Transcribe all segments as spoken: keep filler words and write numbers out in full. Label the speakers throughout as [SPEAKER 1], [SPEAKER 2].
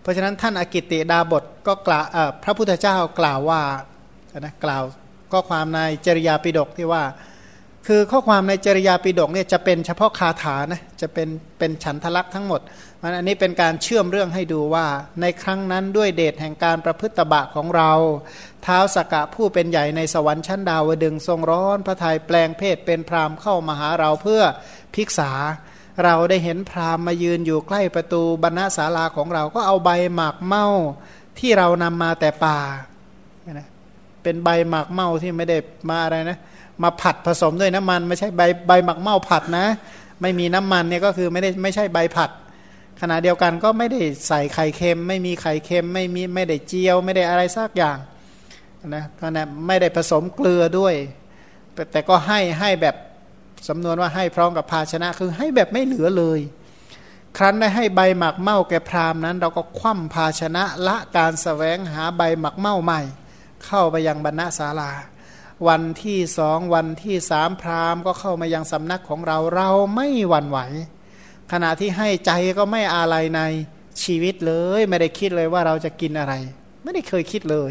[SPEAKER 1] เพราะฉะนั้นท่านอกิตติดาบทก็กล่าวพระพุทธเจ้ากล่าวว่านะกล่าวข้อความในจริยาปิฎกที่ว่าคือข้อความในจริยาปิฎกเนี่ยจะเป็นเฉพาะคาถานะจะเป็นเป็นฉันทลักษณ์ทั้งหมดมันอันนี้เป็นการเชื่อมเรื่องให้ดูว่าในครั้งนั้นด้วยเดชแห่งการประพฤติตบะของเราท้าวสักกะผู้เป็นใหญ่ในสวรรค์ชั้นดาวดึงส์ทรงร้อนพระทัยแปลงเพศเป็นพราหมณ์เข้ามาหาเราเพื่อภิกษาเราได้เห็นพราหมณ์มายืนอยู่ใกล้ประตูบรรณศาลาของเราก็เอาใบหมากเม่าที่เรานำมาแต่ป่าเป็นใบหมากเม่าที่ไม่ได้มาอะไรนะมาผัดผสมด้วยน้ำมันไม่ใช่ใบใบหมักเม่าผัดนะไม่มีน้ำมันเนี่ยก็คือไม่ได้ไม่ใช่ใบผัดขณะเดียวกันก็ไม่ได้ใส่ไข่เค็มไม่มีไข่เค็มไม่มีไม่ได้เจียวไม่ได้อะไรสักอย่างนะก็นะไม่ได้ผสมเกลือด้วยแต่ก็ให้ให้แบบสำนวนว่าให้พร้อมกับภาชนะคือให้แบบไม่เหลือเลยครั้นได้ให้ใบหมักเม่าแก่พราหมณ์นั้นเราก็คว่ำภาชนะละการแสวงหาใบหมักเม่าใหม่เข้าไปยังบรรณศาลาวันที่สองวันที่สามพราหมณ์ก็เข้ามายังสำนักของเราเราไม่หวั่นไหวขณะที่ให้ใจก็ไม่อาลัยในชีวิตเลยไม่ได้คิดเลยว่าเราจะกินอะไรไม่ได้เคยคิดเลย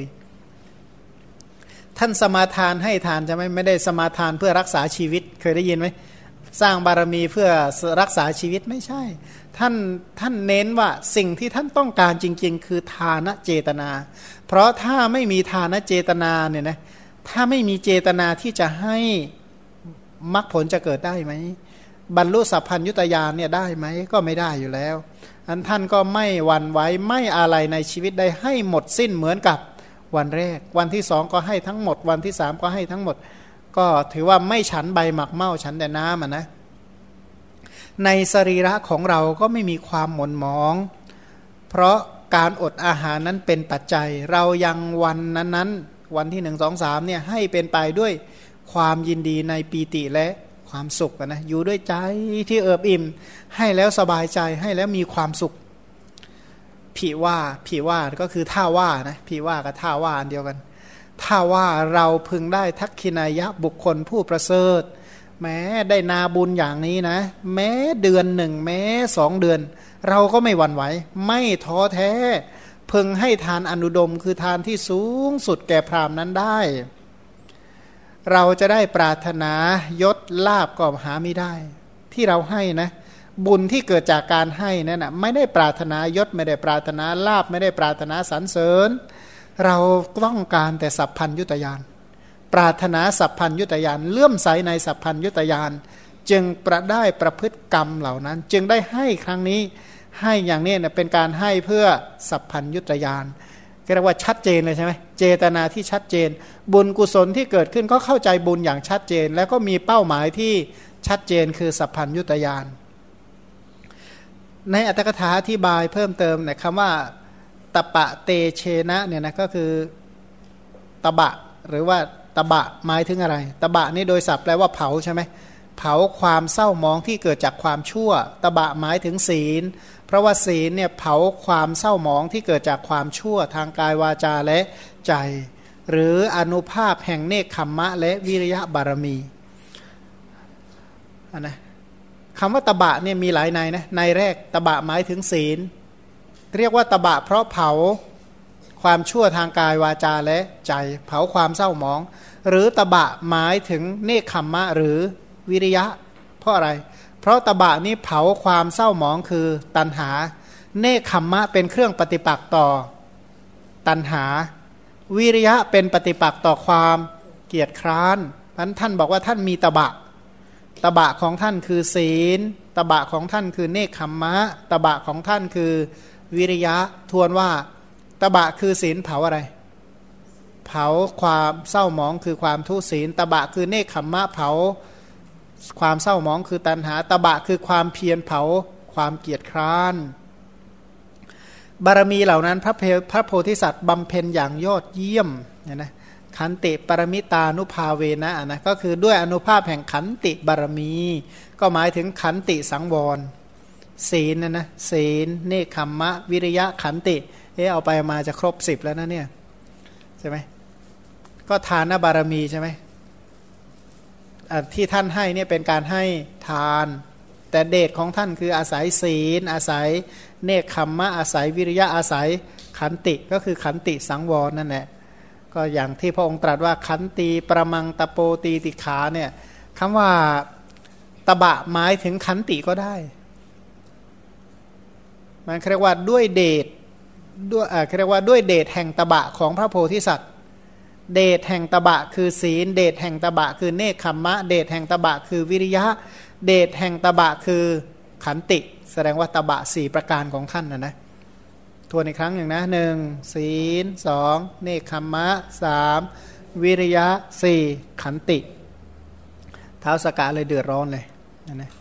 [SPEAKER 1] ท่านสมาทานให้ทานจะไม่ไม่ได้สมาทานเพื่อรักษาชีวิตเคยได้ยินไหมสร้างบารมีเพื่อรักษาชีวิตไม่ใช่ท่านท่านเน้นว่าสิ่งที่ท่านต้องการจริงๆคือทานเจตนาเพราะถ้าไม่มีทานเจตนาเนี่ยนะถ้าไม่มีเจตนาที่จะให้มรรคผลจะเกิดได้ไหมบรรลุสัพพัญญุตญาณเนี่ยได้ไหมก็ไม่ได้อยู่แล้วอันท่านก็ไม่หวั่นไหวไม่อะไรในชีวิตได้ให้หมดสิ้นเหมือนกับวันแรกวันที่สองก็ให้ทั้งหมดวันที่สามก็ให้ทั้งหมดก็ถือว่าไม่ฉันใบหมักเม่าฉันแต่น้ำอ่ะนะในสรีระของเราก็ไม่มีความหม่นหมองเพราะการอดอาหารนั้นเป็นปัจจัยเรายังวันนั้นๆวันที่หนึ่งสองสามเนี่ยให้เป็นไปด้วยความยินดีในปีติและความสุขนะอยู่ด้วยใจที่เอิบอิ่มให้แล้วสบายใจให้แล้วมีความสุขผีว่าผีว่าก็คือท่าว่านะผีว่ากับท่าว่าอันเดียวกันท่าว่าเราพึงได้ทักขินายะบุคคลผู้ประเสริฐแม้ได้นาบุญอย่างนี้นะแม้เดือนหนึ่งแม้สองเดือนเราก็ไม่หวั่นไหวไม่ท้อแท้พึงให้ทานอนุดมคือทานที่สูงสุดแก่พราหมณ์นั้นได้เราจะได้ปรารถนายศลาภก็หาไม่ได้ที่เราให้นะบุญที่เกิดจากการให้นั่นนะไม่ได้ปรารถนายศไม่ได้ปรารถนาลาภไม่ได้ปรารถนาสรรเสริญเราต้องการแต่สัพพัญญุตญาณปรารถนาสัพพัญญุตญาณเลื่อมใสในสัพพัญญุตญาณจึงประได้ประพฤติกรรมเหล่านั้นจึงได้ให้ครั้งนี้ให้อย่างนี้เนี่ยเป็นการให้เพื่อสัพพัญญุตญาณเรียกว่าชัดเจนเลยใช่ไหมเจตนาที่ชัดเจนบุญกุศลที่เกิดขึ้นก็เข้าใจบุญอย่างชัดเจนแล้วก็มีเป้าหมายที่ชัดเจนคือสัพพัญญุตญาณในอัตถกถาอธิบายเพิ่มเติมเนี่ยคำว่าตปะเตเชนะเนี่ยนะก็คือตบะหรือว่าตบะหมายถึงอะไรตบะนี่โดยศัพท์แปลว่าเผาใช่ไหมเผาความเศร้ามองที่เกิดจากความชั่วตบะหมายถึงศีลเพราะว่าศีลเนี่ยเผาความเศร้าหมองที่เกิดจากความชั่วทางกายวาจาและใจหรืออนุภาพแห่งเนกขัมมะและวิริยะบารมีอันนะคำว่าตบะเนี่ยมีหลายในนะในแรกตบะหมายถึงศีลเรียกว่าตบะเพราะเผาความชั่วทางกายวาจาและใจเผาความเศร้าหมองหรือตบะหมายถึงเนกขัมมะหรือวิริยะเพราะอะไรเพราะตบะนี้เผาความเศร้าหมองคือตัณหาเนกขัมมะเป็นเครื่องปฏิปักษ์ต่อตัณหาวิริยะเป็นปฏิปักษ์ต่อความเกียจคร้านเพราะฉะนั้นท่านบอกว่าท่านมีตบะตบะของท่านคือศีลตบะของท่านคือเนกขัมมะตบะของท่านคือวิริยะทวนว่าตบะคือศีลเผาอะไรเผาความเศร้าหมองคือความทุศีลตบะคือเนกขัมมะเผาความเศร้าหมองคือตัณหาตบะคือความเพียรเผาความเกียจคร้านบารมีเหล่านั้นพระเพพระโพธิสัตว์บำเพ็ญอย่างยอดเยี่ยมเนี่ยนะขันติปรมิตานุภาเวนะนะก็คือด้วยอนุภาพแห่งขันติบารมีก็หมายถึงขันติสังวรศีลนะนะศีลเนคขัมมะวิริยะขันติเออเอาไปมาจะครบสิบแล้วนะเนี่ยใช่ไหมก็ทานบารมีใช่ไหมที่ท่านให้เนี่ยเป็นการให้ทานแต่เดชของท่านคืออาศัยศีลอาศัยเนคขมมะอาศัยวิริยะอาศัยขันติก็คือขันติสังวรนั่นแหละก็อย่างที่พระองค์ตรัสว่าขันติประมังตะโปตีติขาเนี่ยคำว่าตบะหมายถึงขันติก็ได้มันเรียกว่าด้วยเดชด้วยอ่าเรียกว่าด้วยเดชแห่งตบะของพระโพธิสัตว์เดชแห่งตบะคือศีลเดชแห่งตบะคือเนคขมมะเดชแห่งตบะคือวิริยะเดชแห่งตบะคือขันติแสดงว่าตบะสี่ประการของท่านนะนะทวนอีกครั้งหนึ่งนะหนึ่งศีลสองเนคขมมะสามวิริยะสี่ขันติท้าวสกะเลยเดือดร้อนเลยนะนะ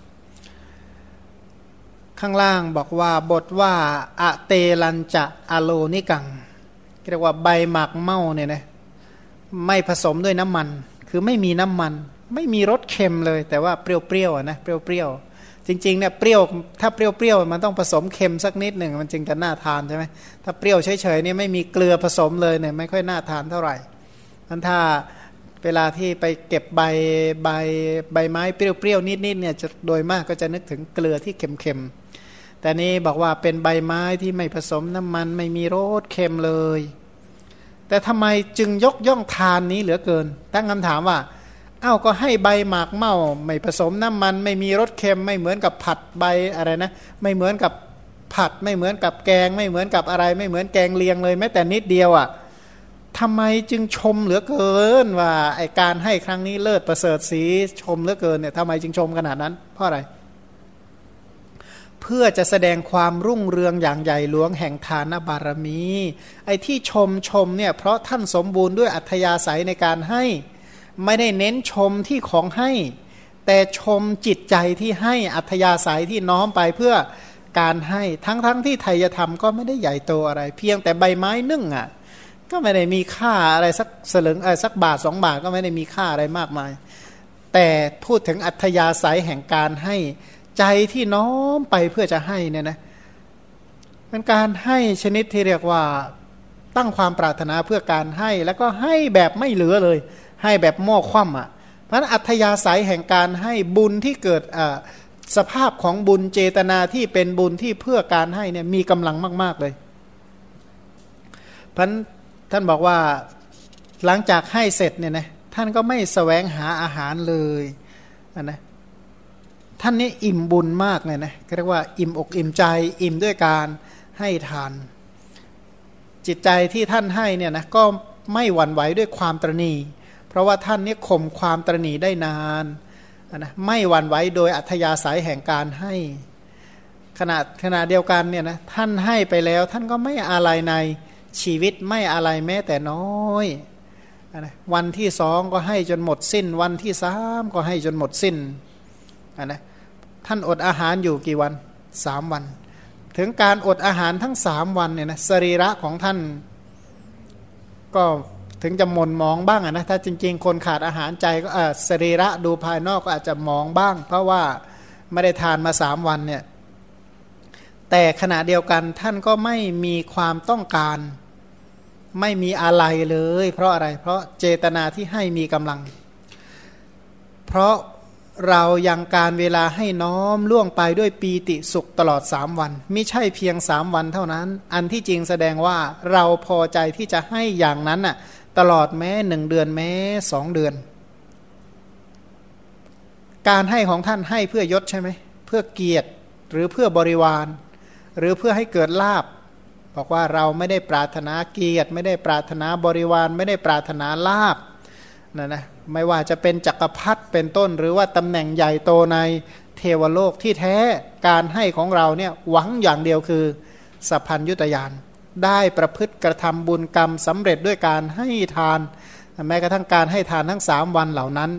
[SPEAKER 1] ข้างล่างบอกว่าบทว่าอะเตลันจะอะโลนิกังเรียกว่าใบหมากเม่าเนี่ยนะไม่ผสมด้วยน้ำมันคือไม่มีน้ำมันไม่มีรสเค็มเลยแต่ว่าเปรี้ยวๆนะเปรี้ยวๆจริงๆเนี่ยเปรี้ยวถ้าเปรี้ยวๆมันต้องผสมเค็มสักนิดหนึ่งมันจึงจะน่าทานใช่ไหมถ้าเปรี้ยวเฉยๆนี่ไม่มีเกลือผสมเลยเนี่ยไม่ค่อยน่าทานเท่าไหร่งั้นถ้าเวลาที่ไปเก็บใบใบใบไม้เปรี้ยวๆนิดๆเนี่ยจะโดยมากก็จะนึกถึงเกลือที่เค็มๆแต่นี้บอกว่าเป็นใบไม้ที่ไม่ผสมน้ำมันไม่มีรสเค็มเลยแต่ทำไมจึงยกย่องทานนี้เหลือเกินตั้งคำถามว่าเอ้าก็ให้ใบหมากเม่าไม่ผสมน้ำมันไม่มีรสเค็มไม่เหมือนกับผัดใบอะไรนะไม่เหมือนกับผัดไม่เหมือนกับแกงไม่เหมือนกับอะไรไม่เหมือนแกงเลียงเลยแม้แต่นิดเดียวอ่ะทำไมจึงชมเหลือเกินว่าไอการให้ครั้งนี้เลิศประเสริฐสีชมเหลือเกินเนี่ยทำไมจึงชมขนาดนั้นเพราะอะไรเพื่อจะแสดงความรุ่งเรืองอย่างใหญ่หลวงแห่งทานบารมีไอ้ที่ชมชมเนี่ยเพราะท่านสมบูรณ์ด้วยอัธยาศัยในการให้ไม่ได้เน้นชมที่ของให้แต่ชมจิตใจที่ให้อัธยาศัยที่น้อมไปเพื่อการให้ทั้งๆ ท, ที่ไทยธรรมก็ไม่ได้ใหญ่โตอะไรเพียงแต่ใบไม้นึ่งอ่ะก็ไม่ได้มีค่าอะไรสักสลึงเออสักบาทสองบาทก็ไม่ได้มีค่าอะไรมากมายแต่พูดถึงอัธยาศัยแห่งการให้ใจที่น้อมไปเพื่อจะให้เนี่ยนะเป็นการให้ชนิดที่เรียกว่าตั้งความปรารถนาเพื่อการให้แล้วก็ให้แบบไม่เหลือเลยให้แบบหม้อคว่ำอ่ะเพราะฉะนั้นอัธยาศัยแห่งการให้บุญที่เกิดสภาพของบุญเจตนาที่เป็นบุญที่เพื่อการให้เนี่ยมีกำลังมากๆเลยเพราะท่านบอกว่าหลังจากให้เสร็จเนี่ยนะท่านก็ไม่แสวงหาอาหารเลยนะท่านนี้อิ่มบุญมากเลยนะเรียกว่าอิ่มอกอิ่มใจอิ่มด้วยการให้ทานจิตใจที่ท่านให้เนี่ยนะก็ไม่หวั่นไหวด้วยความตระหนี่เพราะว่าท่านนี้ข่มความตระหนี่ได้นานนะไม่หวั่นไหวโดยอัธยาศัยแห่งการให้ขณะขณะเดียวกันเนี่ยนะท่านให้ไปแล้วท่านก็ไม่อะไรในชีวิตไม่อะไรแม้แต่น้อยนะวันที่สองก็ให้จนหมดสิ้นวันที่สามก็ให้จนหมดสิ้นนะท่านอดอาหารอยู่กี่วันสามวันถึงการอดอาหารทั้งสามวันเนี่ยนะสรีระของท่านก็ถึงจะหม่นมองบ้างนะถ้าจริงๆคนขาดอาหารใจก็อ่าสรีระดูภายนอกก็อาจจะมองบ้างเพราะว่าไม่ได้ทานมาสามวันเนี่ยแต่ขณะเดียวกันท่านก็ไม่มีความต้องการไม่มีอะไรเลยเพราะอะไรเพราะเจตนาที่ให้มีกำลังเพราะเรายังการเวลาให้น้อมล่วงไปด้วยปีติสุขตลอดสามวันไม่ใช่เพียงสามวันเท่านั้นอันที่จริงแสดงว่าเราพอใจที่จะให้อย่างนั้นน่ะตลอดแม้หนึ่งเดือนแม้สองเดือนการให้ของท่านให้เพื่อยศใช่ไหมเพื่อเกียรติหรือเพื่อบริวารหรือเพื่อให้เกิดลาภบอกว่าเราไม่ได้ปรารถนาเกียรติไม่ได้ปรารถนาบริวารไม่ได้ปรารถนาลาภนะนะไม่ว่าจะเป็นจักรพรรดิเป็นต้นหรือว่าตำแหน่งใหญ่โตในเทวโลกที่แท้การให้ของเราเนี่ยหวังอย่างเดียวคือสัพพัญญุตญาณได้ประพฤติกระทำบุญกรรมสำเร็จด้วยการให้ทานแม้กระทั่งการให้ทานทั้งสามวันเหล่านั้น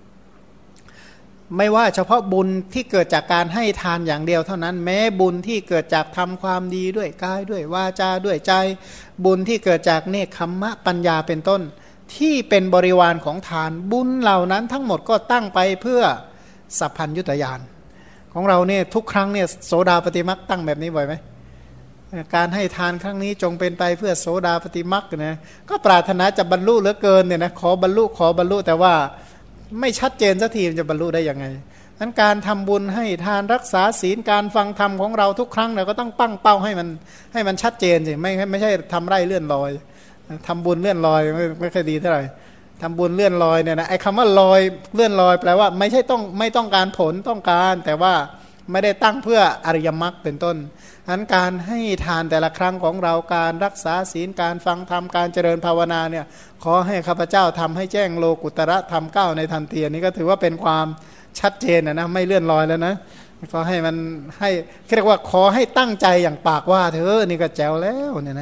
[SPEAKER 1] ไม่ว่าเฉพาะบุญที่เกิดจากการให้ทานอย่างเดียวเท่านั้นแม้บุญที่เกิดจากทำความดีด้วยกายด้วยวาจาด้วยใจบุญที่เกิดจากเนคขมมะปัญญาเป็นต้นที่เป็นบริวารของทานบุญเหล่านั้นทั้งหมดก็ตั้งไปเพื่อสัพพัญญุตญาณของเราเนี่ยทุกครั้งเนี่ยโสดาปฏิมรรคตั้งแบบนี้บ่อยไหมการให้ทานครั้งนี้จงเป็นไปเพื่อโสดาปฏิมรรคนะก็ปรารถนาจะบรรลุเหลือเกินเนี่ยนะขอบรรลุขอบรรลุแต่ว่าไม่ชัดเจนสักทีมันจะบรรลุได้ยังไงนั้นการทำบุญให้ทานรักษาศีลการฟังธรรมของเราทุกครั้งเราก็ต้องปั้งเป้าให้มันให้มันชัดเจนสิไม่ไม่ใช่ทำไร่เลื่อนลอยทำบุญเลื่อนลอยไม่ไม่ค่อยดีเท่าไหร่ทำบุญเลื่อนลอยเนี่ยนะไอ้คำว่าลอยเลื่อนลอยแปลว่าไม่ใช่ต้องไม่ต้องการผลต้องการแต่ว่าไม่ได้ตั้งเพื่ออริยมรรคเป็นต้นฉะนั้นการให้ทานแต่ละครั้งของเราการรักษาศีลการฟังธรรมการเจริญภาวนาเนี่ยขอให้ข้าพเจ้าทำให้แจ้งโลกุตระธรรมเก้าในทันทีนี้ก็ถือว่าเป็นความชัดเจนนะนะไม่เลื่อนลอยแล้วนะก็ให้มันให้เรียกว่าขอให้ตั้งใจอย่างปากว่าเธอนี่ก็แจ๋วแล้วเนี่ยนะ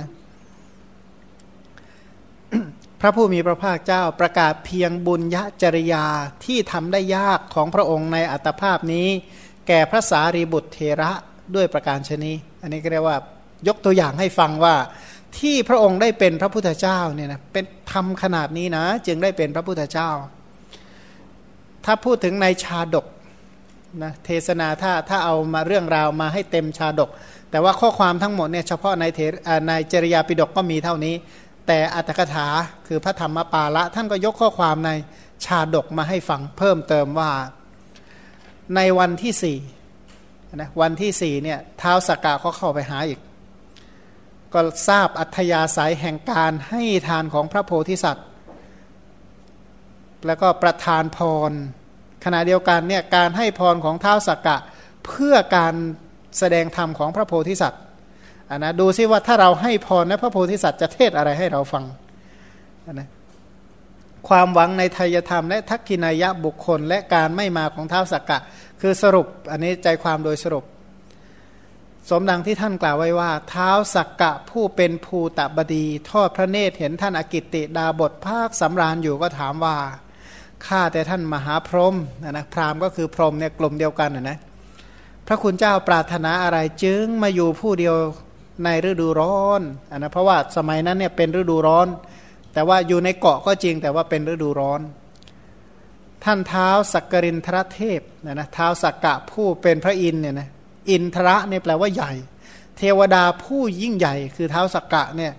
[SPEAKER 1] พระผู้มีพระภาคเจ้าประกาศเพียงบุญญจริยาที่ทำได้ยากของพระองค์ในอัตภาพนี้แก่พระสารีบุตรเถระด้วยประการชนีอันนี้ก็เรียกว่ายกตัวอย่างให้ฟังว่าที่พระองค์ได้เป็นพระพุทธเจ้าเนี่ยนะเป็นทำขนาดนี้นะจึงได้เป็นพระพุทธเจ้าถ้าพูดถึงในชาดกนะเทศนาถ้าถ้าเอามาเรื่องราวมาให้เต็มชาดกแต่ว่าข้อความทั้งหมดเนี่ยเฉพาะในเทในจริยาปิฎกก็มีเท่านี้แต่อัตถกถาคือพระธรรมปาละท่านก็ยกข้อความในชาดกมาให้ฟังเพิ่มเติมว่าในวันที่สี่นะวันที่สี่เนี่ยท้าวสักกะเขาเข้าไปหาอีกก็ทราบอัธยาศัยแห่งการให้ทานของพระโพธิสัตว์แล้วก็ประทานพรขณะเดียวกันเนี่ยการให้พรของท้าวสักกะเพื่อการแสดงธรรมของพระโพธิสัตว์อ่ะนะดูซิว่าถ้าเราให้พรนะพระโพธิสัตว์จะเทศอะไรให้เราฟังนะความหวังในไทยธรรมและทักขินายะบุคคลและการไม่มาของท้าวสักกะคือสรุปอันนี้ใจความโดยสรุปสมดังที่ท่านกล่าวไว้ว่าท้าวสักกะผู้เป็นภูตบดีทอดพระเนตรเห็นท่านอกิตติดาบทภาคสำราญอยู่ก็ถามว่าข้าแต่ท่านมหาพรหมนะนะพราหมณ์ก็คือพรหมเนี่ยกลุ่มเดียวกันนะนะพระคุณเจ้าปรารถนาอะไรจึงมาอยู่ผู้เดียวในฤดูร้อนอันนะเพราะว่าสมัยนั้นเนี่ยเป็นฤดูร้อนแต่ว่าอยู่ในเกาะก็จริงแต่ว่าเป็นฤดูร้อนท่านท้าวสักกรินทรเทพนะนะท้าวสักกะผู้เป็นพระอินทร์เนี่ยนะอินทระเนี่ยแปลว่าใหญ่เทวดาผู้ยิ่งใหญ่คือท้าวสักกะเนี่ย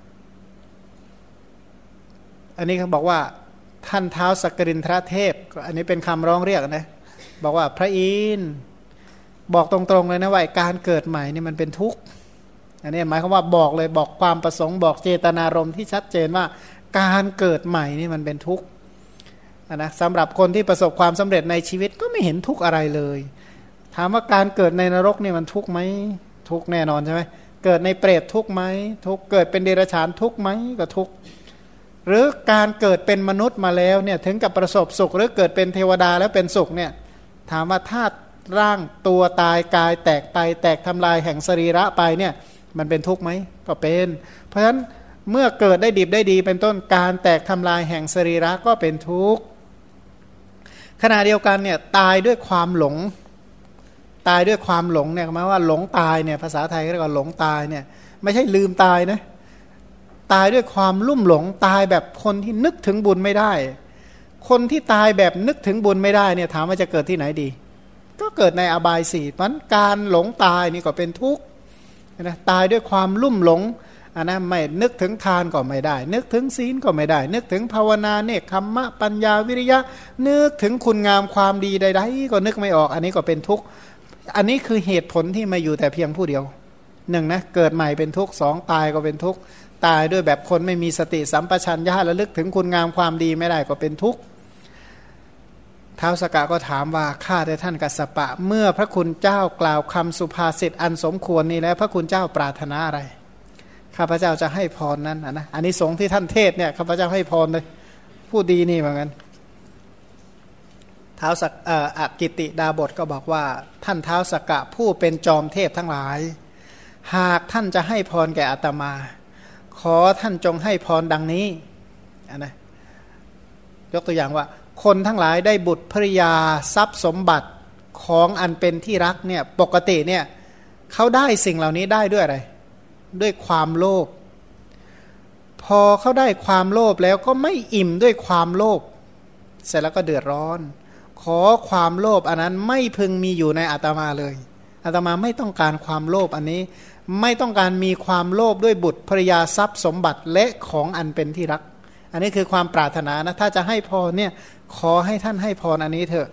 [SPEAKER 1] อันนี้เขาบอกว่าท่านท้าวสักกรินทรเทพอันนี้เป็นคำร้องเรียกนะบอกว่าพระอินทร์บอกตรงๆเลยนะว่าการเกิดใหม่นี่มันเป็นทุกข์อันนี้หมายความว่าบอกเลยบอกความประสงค์บอกเจตนารมณ์ที่ชัดเจนว่าการเกิดใหม่นี่มันเป็นทุกข์นะสำหรับคนที่ประสบความสำเร็จในชีวิตก็ไม่เห็นทุกข์อะไรเลยถามว่าการเกิดในนรกนี่มันทุกข์ไหมทุกข์แน่นอนใช่ไหมเกิดในเปรตทุกข์ไหมทุกข์เกิดเป็นเดรัจฉานทุกข์ไหมก็ทุกข์หรือการเกิดเป็นมนุษย์มาแล้วเนี่ยถึงกับประสบสุขหรือเกิดเป็นเทวดาแล้วเป็นสุขเนี่ยถามว่าถ้าร่างตัวตายกายแตกไปแตกทำลายแห่งสรีระไปเนี่ยมันเป็นทุกข์ไหมก็เป็นเพราะฉะนั้นเมื่อเกิดได้ดิบได้ดีเป็นต้นการแตกทำลายแห่งสรีระก็เป็นทุกข์ขณะเดียวกันเนี่ยตายด้วยความหลงตายด้วยความหลงเนี่ยหมายว่าหลงตายเนี่ยภาษาไทยเรียกว่าหลงตายเนี่ยไม่ใช่ลืมตายนะตายด้วยความลุ่มหลงตายแบบคนที่นึกถึงบุญไม่ได้คนที่ตายแบบนึกถึงบุญไม่ได้เนี่ยถามว่าจะเกิดที่ไหนดีก็เกิดในอบายสี่เพราะการหลงตายนี่ก็เป็นทุกข์นะตายด้วยความลุ่มหลงอันนะไม่นึกถึงทานก็ไม่ได้นึกถึงศีลก็ไม่ได้นึกถึงภาวนาเนกขัมมะปัญญาวิริยะนึกถึงคุณงามความดีใดๆก็นึกไม่ออกอันนี้ก็เป็นทุกข์อันนี้คือเหตุผลที่มาอยู่แต่เพียงผู้เดียวหนึ่งนะเกิดใหม่เป็นทุกข์สองตายก็เป็นทุกข์ตายด้วยแบบคนไม่มีสติสัมปชัญญะระลึกถึงคุณงามความดีไม่ได้ก็เป็นทุกข์ท้าวสักกะก็ถามว่าข้าแต่ท่านกัสสปะเมื่อพระคุณเจ้ากล่าวคำสุภาษิตอันสมควรนี้แล้วพระคุณเจ้าปรารถนาอะไรข้าพเจ้าจะให้พรนั้นนะอันนี้สงฆ์ที่ท่านเทศเนี่ยข้าพเจ้าให้พรเลยผู้ดีนี่เหมือนกันท้าวสักเอ่ออกิตติดาบทก็บอกว่าท่านท้าวสักกะผู้เป็นจอมเทพทั้งหลายหากท่านจะให้พรแก่อาตมาขอท่านจงให้พรดังนี้อันนะยกตัวอย่างว่าคนทั้งหลายได้บุตรภริยาทรัพย์สมบัติของอันเป็นที่รักเนี่ยปกติเนี่ยเขาได้สิ่งเหล่านี้ได้ด้วยอะไรด้วยความโลภพอเขาได้ความโลภแล้วก็ไม่อิ่มด้วยความโลภเสร็จแล้วก็เดือดร้อนขอความโลภอันนั้นไม่พึงมีอยู่ในอาตมาเลยอาตมาไม่ต้องการความโลภอันนี้ไม่ต้องการมีความโลภด้วยบุตรภริยาทรัพย์สมบัติและของอันเป็นที่รักอันนี้คือความปรารถนานะถ้าจะให้พรเนี่ยขอให้ท่านให้พรอันนี้เถอะ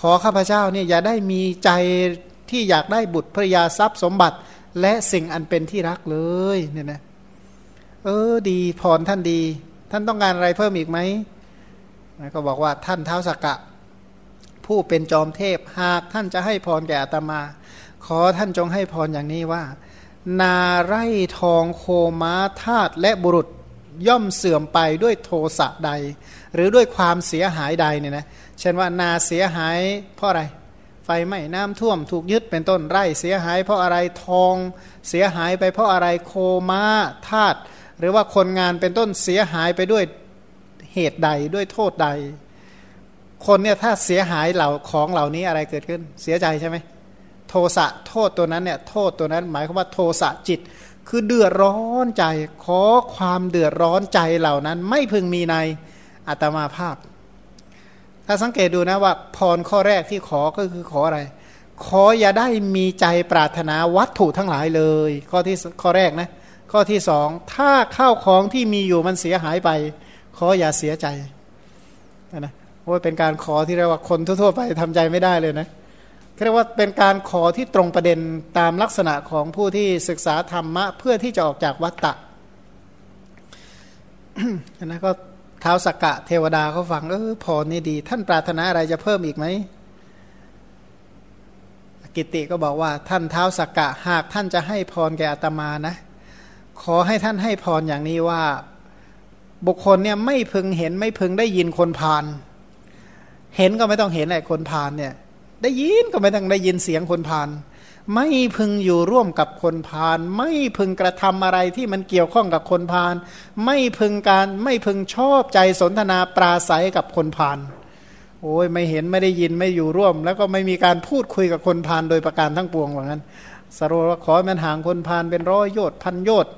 [SPEAKER 1] ขอข้าพเจ้าเนี่ยอย่าได้มีใจที่อยากได้บุตรภริยาทรัพย์สมบัติและสิ่งอันเป็นที่รักเลยเนี่ยนะเออดีพรท่านดีท่านต้องการอะไรเพิ่มอีกไหมก็บอกว่าท่านท้าวสักกะผู้เป็นจอมเทพหากท่านจะให้พรแก่อาตมาขอท่านจงให้พรอย่างนี้ว่านาไร่ทองโคม้าทาสและบุรุษย่อมเสื่อมไปด้วยโทสะใดหรือด้วยความเสียหายใดเนี่ยนะเช่นว่านาเสียหายเพราะอะไรไฟไหม้น้ำท่วมถูกยึดเป็นต้นไร่เสียหายเพราะอะไรทองเสียหายไปเพราะอะไรโคม้าทาสหรือว่าคนงานเป็นต้นเสียหายไปด้วยเหตุใดด้วยโทษใดคนเนี่ยถ้าเสียหายเหล่าของเหล่านี้อะไรเกิดขึ้นเสียใจใช่ไหมโทสะโทษตัวนั้นเนี่ยโทษตัวนั้นหมายความว่าโทสะจิตคือเดือดร้อนใจขอความเดือดร้อนใจเหล่านั้นไม่พึงมีในอาตมาภาพถ้าสังเกตดูนะว่าพรข้อแรกที่ขอก็คือขออะไรขออย่าได้มีใจปรารถนาวัตถุทั้งหลายเลยข้อที่ข้อแรกนะข้อที่สองถ้าข้าวของที่มีอยู่มันเสียหายไปขออย่าเสียใจนะเพราะเป็นการขอที่เรียกว่าคนทั่วๆไปทำใจไม่ได้เลยนะเรียกว่าเป็นการขอที่ตรงประเด็นตามลักษณะของผู้ที่ศึกษาธรรมะเพื่อที่จะออกจากวัฏฏะ นะก็ท้าวสักกะเทวดาเขาฟังเออพรนี่ดีท่านปรารถนาอะไรจะเพิ่มอีกไหมกิตติก็บอกว่าท่านท้าวสักกะหากท่านจะให้พรแก่อาตมานะขอให้ท่านให้พรอย่างนี้ว่าบุคคลเนี่ยไม่พึงเห็นไม่พึงได้ยินคนพาลเห็นก็ไม่ต้องเห็นไอ้คนพาลเนี่ยได้ยินก็ไม่ต้องได้ยินเสียงคนพาลไม่พึงอยู่ร่วมกับคนพาลไม่พึงกระทำอะไรที่มันเกี่ยวข้องกับคนพาลไม่พึงการไม่พึงชอบใจสนทนาปราศัยกับคนพาลโอ้ยไม่เห็นไม่ได้ยินไม่อยู่ร่วมแล้วก็ไม่มีการพูดคุยกับคนพาลโดยประการทั้งปวงว่างั้นสรุปว่าขอมันห่างคนพาลเป็นร้อยโยชน์พันโยชน์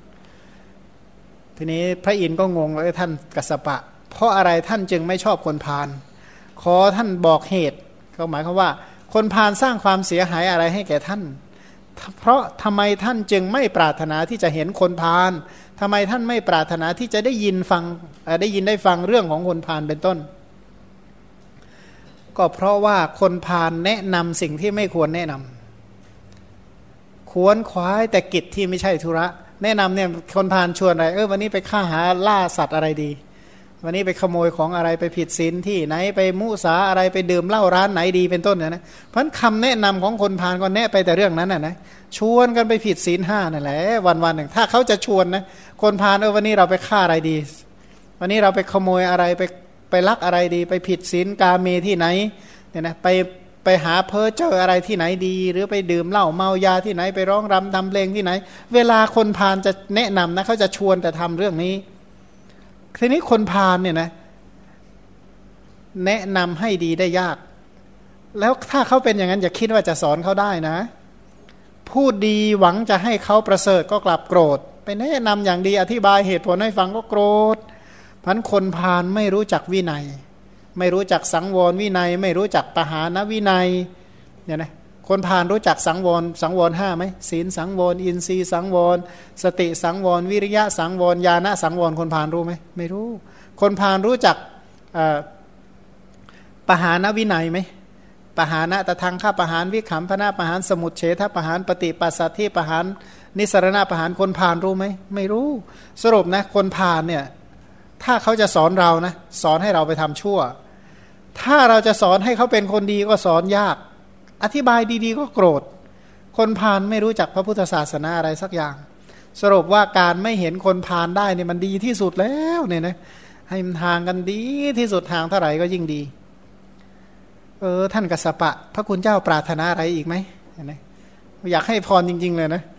[SPEAKER 1] ทีนี้พระอินทร์ก็งงเลยท่านกัสสปะเพราะอะไรท่านจึงไม่ชอบคนพาลขอท่านบอกเหตุก็หมายความว่าคนพาลสร้างความเสียหายอะไรให้แก่ท่านเพราะทำไมท่านจึงไม่ปรารถนาที่จะเห็นคนพาลทำไมท่านไม่ปรารถนาที่จะได้ยินฟังได้ยินได้ฟังเรื่องของคนพาลเป็นต้นก็เพราะว่าคนพาลแนะนำสิ่งที่ไม่ควรแนะนำควรคว้ายแต่กิจที่ไม่ใช่ธุระแนะนำเนี่ยคนพาลชวนอะไรเออวันนี้ไปฆ่าหาล่าสัตว์อะไรดีวันนี้ไปขโมยของอะไรไปผิดศีลที่ไหนไปมุสาอะไรไปดื่มเหล้าร้านไหนดีเป็นต้นเนี่ยนะเพราะคำแนะนำของคนพาลก็แนะไปแต่เรื่องนั้นนะนะชวนกันไปผิดศีลห้านั่นแหละวันวันหนึ่งถ้าเขาจะชวนนะคนพาลเออวันนี้เราไปฆ่าอะไรดีวันนี้เราไปขโมยอะไรไปไปลักอะไรดีไปผิดศีลกาเมที่ไหนเนี่ยนะไปไปหาเพ้อเจ้ออะไรที่ไหนดีหรือไปดื่มเหล้าเมายาที่ไหนไปร้องรำทำเพลงที่ไหนเวลาคนพาลจะแนะนำนะเขาจะชวนแต่ทำเรื่องนี้ทีนี้คนพาลเนี่ยนะแนะนำให้ดีได้ยากแล้วถ้าเขาเป็นอย่างนั้นอย่าคิดว่าจะสอนเขาได้นะพูดดีหวังจะให้เขาประเสริฐก็กลับโกรธไปแนะนำอย่างดีอธิบายเหตุผลให้ฟังก็โกรธเพราะฉะนั้นคนพาลไม่รู้จักวินัยไม่รู้จักสังวรวินัยไม่รู้จักปหานวินัยเนี่ยนะคนพาลรู้จักสังวรสังวรห้าไหมศีลสังวรอินทรีย์สังวรสติสังวรวิริยะสังวรญาณสังวรคนพาลรู้ไหมไม่รู้คนพาลรู้จักปหานวินัยไหมปหานะตะทังฆ่าปหานวิขำพนะปหานสมุทเฉทปหานปฏิปัสสัทธิปหานนิสรณะปหานคนพาลรู้ไหมไม่รู้สรุปนะคนพาลเนี่ยถ้าเขาจะสอนเรานะสอนให้เราไปทำชั่วถ้าเราจะสอนให้เขาเป็นคนดีก็สอนยากอธิบายดีๆก็โกรธคนพาลไม่รู้จักพระพุทธศาสนาอะไรสักอย่างสรุปว่าการไม่เห็นคนพาลได้เนี่ยมันดีที่สุดแล้วเนี่ยนะให้มันทางกันดีที่สุดทางเท่าไหร่ก็ยิ่งดีเออท่านกัสสปะพระคุณเจ้าปรารถนาอะไรอีกไหมนะอยากให้พรจริงๆเลยนะ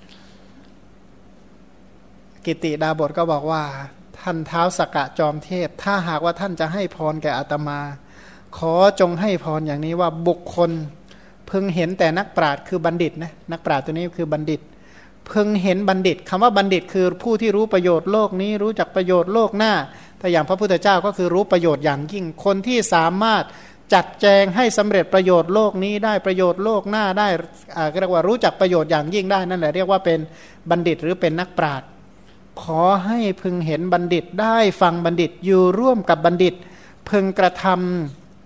[SPEAKER 1] กิตติดาบทก็บอกว่าท่านท้าวสักกะจอมเทพถ้าหากว่าท่านจะให้พรแก่อาตมาขอจงให้พรอย่างนี้ว่าบุคคลพึงเห็นแต่นักปราชญ์คือบัณฑิตนะนักปราชญ์ตัวนี้คือบัณฑิตพึงเห็นบัณฑิตคำว่าบัณฑิตคือผู้ที่รู้ประโยชน์โลกนี้รู้จักประโยชน์โลกหน้าแต่อย่างพระพุทธเจ้าก็คือรู้ประโยชน์อย่างยิ่งคนที่สามารถจัดแจงให้สำเร็จประโยชน์โลกนี้ได้ประโยชน์โลกหน้าได้อ่าเรียกว่ารู้จักประโยชน์อย่างยิ่งได้นั่นแหละเรียกว่าเป็นบัณฑิตหรือเป็นนักปราชญ์ขอให้พึงเห็นบัณฑิตได้ฟังบัณฑิตอยู่ร่วมกับบัณฑิตพึงกระท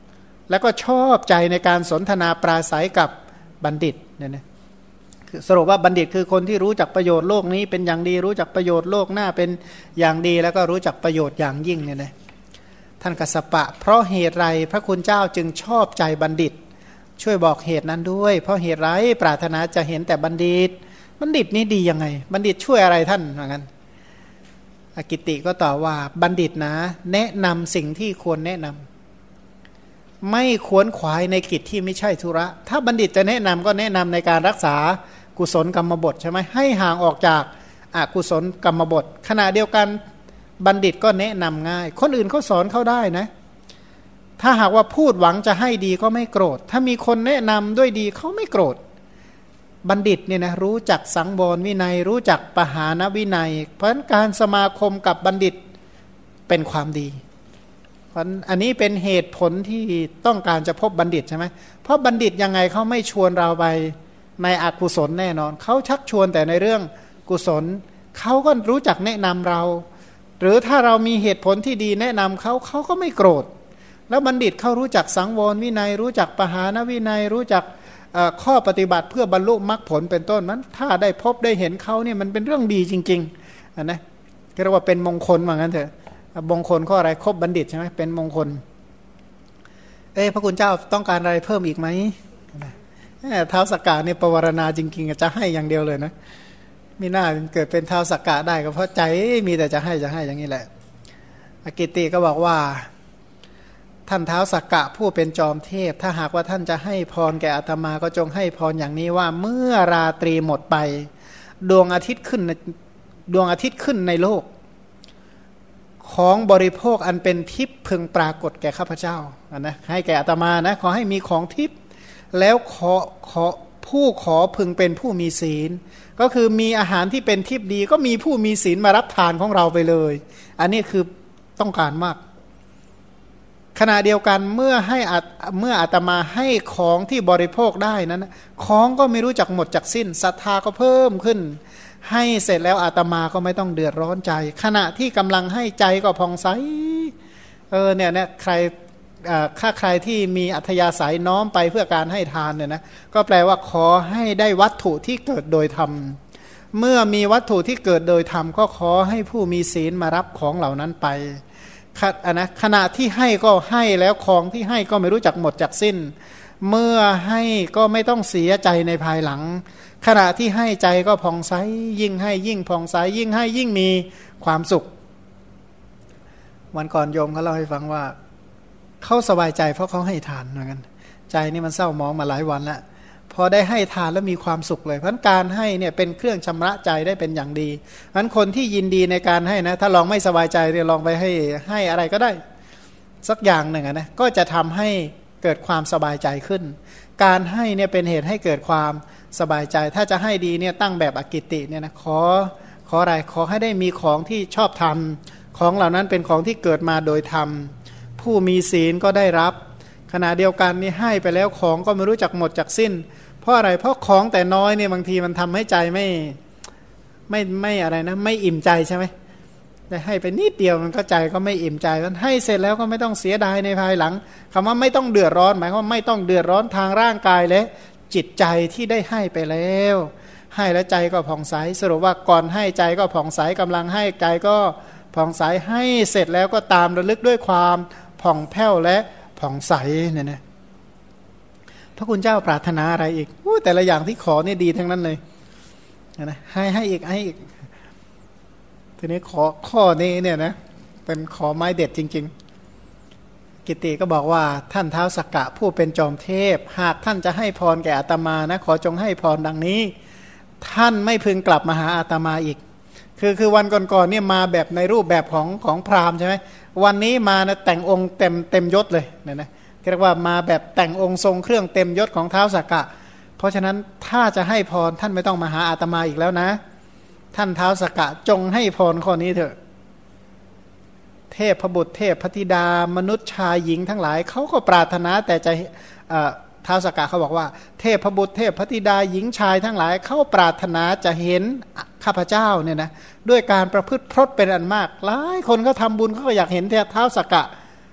[SPEAKER 1] แล้วก็ชอบใจในการสนทนาปราศัยกับบัณฑิตเนี่ยนะสรุปว่าบัณฑิตคือคนที่รู้จักประโยชน์โลกนี้เป็นอย่างดีรู้จักประโยชน์โลกหน้าเป็นอย่างดีแล้วก็รู้จักประโยชน์อย่างยิ่งเนี่ยนะท่านกัสสปะเพราะเหตุไรพระคุณเจ้าจึงชอบใจบัณฑิตช่วยบอกเหตุนั้นด้วยเพราะเหตุไรปรารถนาจะเห็นแต่บัณฑิตบัณฑิตนี่ดียังไงบัณฑิตช่วยอะไรท่านเหมือนกันอกิติก็ตอบว่าบัณฑิตนะแนะนำสิ่งที่ควรแนะนำไม่ขวนขวายในกิจที่ไม่ใช่ธุระถ้าบัณฑิตจะแนะนำก็แนะนำในการรักษากุศลกรรมบทใช่ไหมให้ห่างออกจากอกุศลกรรมบทขณะเดียวกันบัณฑิตก็แนะนำง่ายคนอื่นเขาสอนเขาได้นะถ้าหากว่าพูดหวังจะให้ดีก็ไม่โกรธถ้ามีคนแนะนำด้วยดีเขาไม่โกรธบัณฑิตเนี่ยนะรู้จักสังวรวินัยรู้จักปหานวินัยเพราะฉะนั้นการสมาคมกับบัณฑิตเป็นความดีเพราะอันนี้เป็นเหตุผลที่ต้องการจะพบบัณฑิตใช่ไหมเพราะบัณฑิตยังไงเขาไม่ชวนเราไปในอกุศลแน่นอนเขาชักชวนแต่ในเรื่องกุศลเขาก็รู้จักแนะนำเราหรือถ้าเรามีเหตุผลที่ดีแนะนำเขาเขาก็ไม่โกรธแล้วบัณฑิตเขารู้จักสังวรวินัยรู้จักปหานวินัยรู้จักข้อปฏิบัติเพื่อบรรลุมรรคผลเป็นต้นนั้นถ้าได้พบได้เห็นเขาเนี่ยมันเป็นเรื่องดีจริงๆนะเรียกว่าเป็นมงคลว่างั้นเถอะมงคลข้ออะไรครบบัณฑิตใช่ไหมเป็นมงคลเอ้พระคุณเจ้าต้องการอะไรเพิ่มอีกไหมท้าวสักกะเนี่ยปวารณาจริงๆจะให้อย่างเดียวเลยนะมีหน้าเกิดเป็นท้าวสักกะได้ก็เพราะใจมีแต่จะให้จะให้อย่างนี้แหละอกิติก็บอกว่าท่านท้าวสักกะผู้เป็นจอมเทพถ้าหากว่าท่านจะให้พรแก่อาตมาก็จงให้พรอย่างนี้ว่าเมื่อราตรีหมดไปดวงอาทิตย์ขึ้นดวงอาทิตย์ขึ้นในโลกของบริโภคอันเป็นทิพย์พึงปรากฏแก่ข้าพเจ้านะให้แก่อาตมานะขอให้มีของทิพย์แล้วขอขอผู้ขอพึงเป็นผู้มีศีลก็คือมีอาหารที่เป็นทิพย์ดีก็มีผู้มีศีลมารับทานของเราไปเลยอันนี้คือต้องการมากขณะเดียวกันเมื่อให้เมื่ออาตมาให้ของที่บริโภคได้นั้นของก็ไม่รู้จักหมดจักสิ้นศรัทธาก็เพิ่มขึ้นให้เสร็จแล้วอาตมาก็ไม่ต้องเดือดร้อนใจขณะที่กำลังให้ใจก็ผ่องใสเออเนี่ยเนี่ยใครถ้าใครที่มีอัธยาศัยน้อมไปเพื่อการให้ทานเนี่ยนะก็แปลว่าขอให้ได้วัตถุที่เกิดโดยธรรมเมื่อมีวัตถุที่เกิดโดยธรรมก็ขอให้ผู้มีศีลมารับของเหล่านั้นไปนะขณะที่ให้ก็ให้แล้วของที่ให้ก็ไม่รู้จักหมดจักสิ้นเมื่อให้ก็ไม่ต้องเสียใจในภายหลังขณะที่ให้ใจก็ผ่องใสยิ่งให้ยิ่งผ่องใสยิ่งให้ยิ่งมีความสุขวันก่อนโยมเขาเล่าให้ฟังว่าเขาสบายใจเพราะเขาให้ทานเหมือนกันใจนี่มันเศร้าหมองมาหลายวันแล้วพอได้ให้ทานแล้วมีความสุขเลยเพราะการให้เนี่ยเป็นเครื่องชำระใจได้เป็นอย่างดีเพราะคนที่ยินดีในการให้นะถ้าลองไม่สบายใจเนี่ยลองไปให้ให้อะไรก็ได้สักอย่างหนึ่งนะก็จะทำให้เกิดความสบายใจขึ้นการให้เนี่ยเป็นเหตุให้เกิดความสบายใจถ้าจะให้ดีเนี่ยตั้งแบบอกิติเนี่ยนะขอขออะไรขอให้ได้มีของที่ชอบธรรมของเหล่านั้นเป็นของที่เกิดมาโดยธรรมผู้มีศีลก็ได้รับขณะเดียวกันนี่ให้ไปแล้วของก็ไม่รู้จักหมดจักสิ้นเพราะอะไรเพราะของแต่น้อยเนี่ยบางทีมันทำให้ใจไม่ไม่ไม่อะไรนะไม่อิ่มใจใช่ไหมแต่ให้ไปนิดเดียวมันก็ใจก็ไม่อิ่มใจมันให้เสร็จแล้วก็ไม่ต้องเสียดายในภายหลังคำว่าไม่ต้องเดือดร้อนหมายความว่าไม่ต้องเดือดร้อนทางร่างกายและจิตใจที่ได้ให้ไปแล้วให้แล้วใจก็ผ่องใสสรุปว่าก่อนให้ใจก็ผ่องใสกำลังให้ใจก็ผ่องใสให้เสร็จแล้วก็ตามระลึกด้วยความผ่องแผ้วและผ่องใสเนี่ยนะพระคุณเจ้าปรารถนาอะไรอีกแต่ละอย่างที่ขอเนี่ยดีทั้งนั้นเลยนะให้ให้อีกให้อีกทีนี้ขอข้อนี้เนี่ยนะเป็นขอไม้เด็ดจริงๆกิติก็บอกว่าท่านท้าวสักกะผู้เป็นจอมเทพหากท่านจะให้พรแก่อาตมานะขอจงให้พรดังนี้ท่านไม่พึงกลับมาหาอาตมาอีกคือคือวันก่อนๆเนี่ยมาแบบในรูปแบบของของพราหมณ์ใช่ไหมวันนี้มานะแต่งองค์เต็มเต็มยศเลยเนี่ยนะเรียกว่ามาแบบแต่งองค์ทรงเครื่องเต็มยศของท้าวสักกะเพราะฉะนั้นถ้าจะให้พรท่านไม่ต้องมาหาอาตมาอีกแล้วนะท่านท้าวสักกะจงให้พรข้อนี้เถอะเทพบุตรเทพพธิดามนุษย์ชายหญิงทั้งหลายเขาก็ปรารถนาแต่จะท้าวสักกะเขาบอกว่าเทพบุตรเทพพธิดาหญิงชายทั้งหลายเขาปรารถนาจะเห็นข้าพเจ้าเนี่ยนะด้วยการประพฤติพรตเป็นอันมากหลายคนก็ทำบุญเขาก็อยากเห็นท้าวสักกะ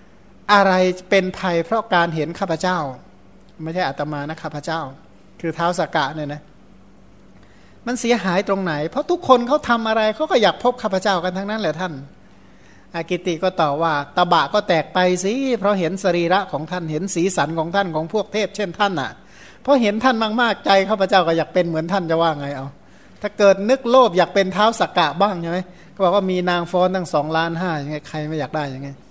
[SPEAKER 1] อะไรเป็นภัยเพราะการเห็นข้าพเจ้าไม่ใช่อาตมานะข้าพเจ้าคือท้าวสักกะเนี่ยนะมันเสียหายตรงไหนเพราะทุกคนเขาทำอะไรเขาก็อยากพบข้าพเจ้ากันทั้งนั้นแหละท่านอากิติก็ตอบว่าตบะก็แตกไปสิเพราะเห็นสรีระของท่านเห็นสีสันของท่านของพวกเทพเช่นท่านน่ะเพราะเห็นท่านมากๆใจข้าพเจ้าก็อยากเป็นเหมือนท่านจะว่าไงเอาถ้าเกิดนึกโลภอยากเป็นท้าวสักกะบ้างใช่ไหมก็บอกว่ามีนางฟ้อนตั้งสองล้านห้ายังไงใครไม่อยากได้ยังไง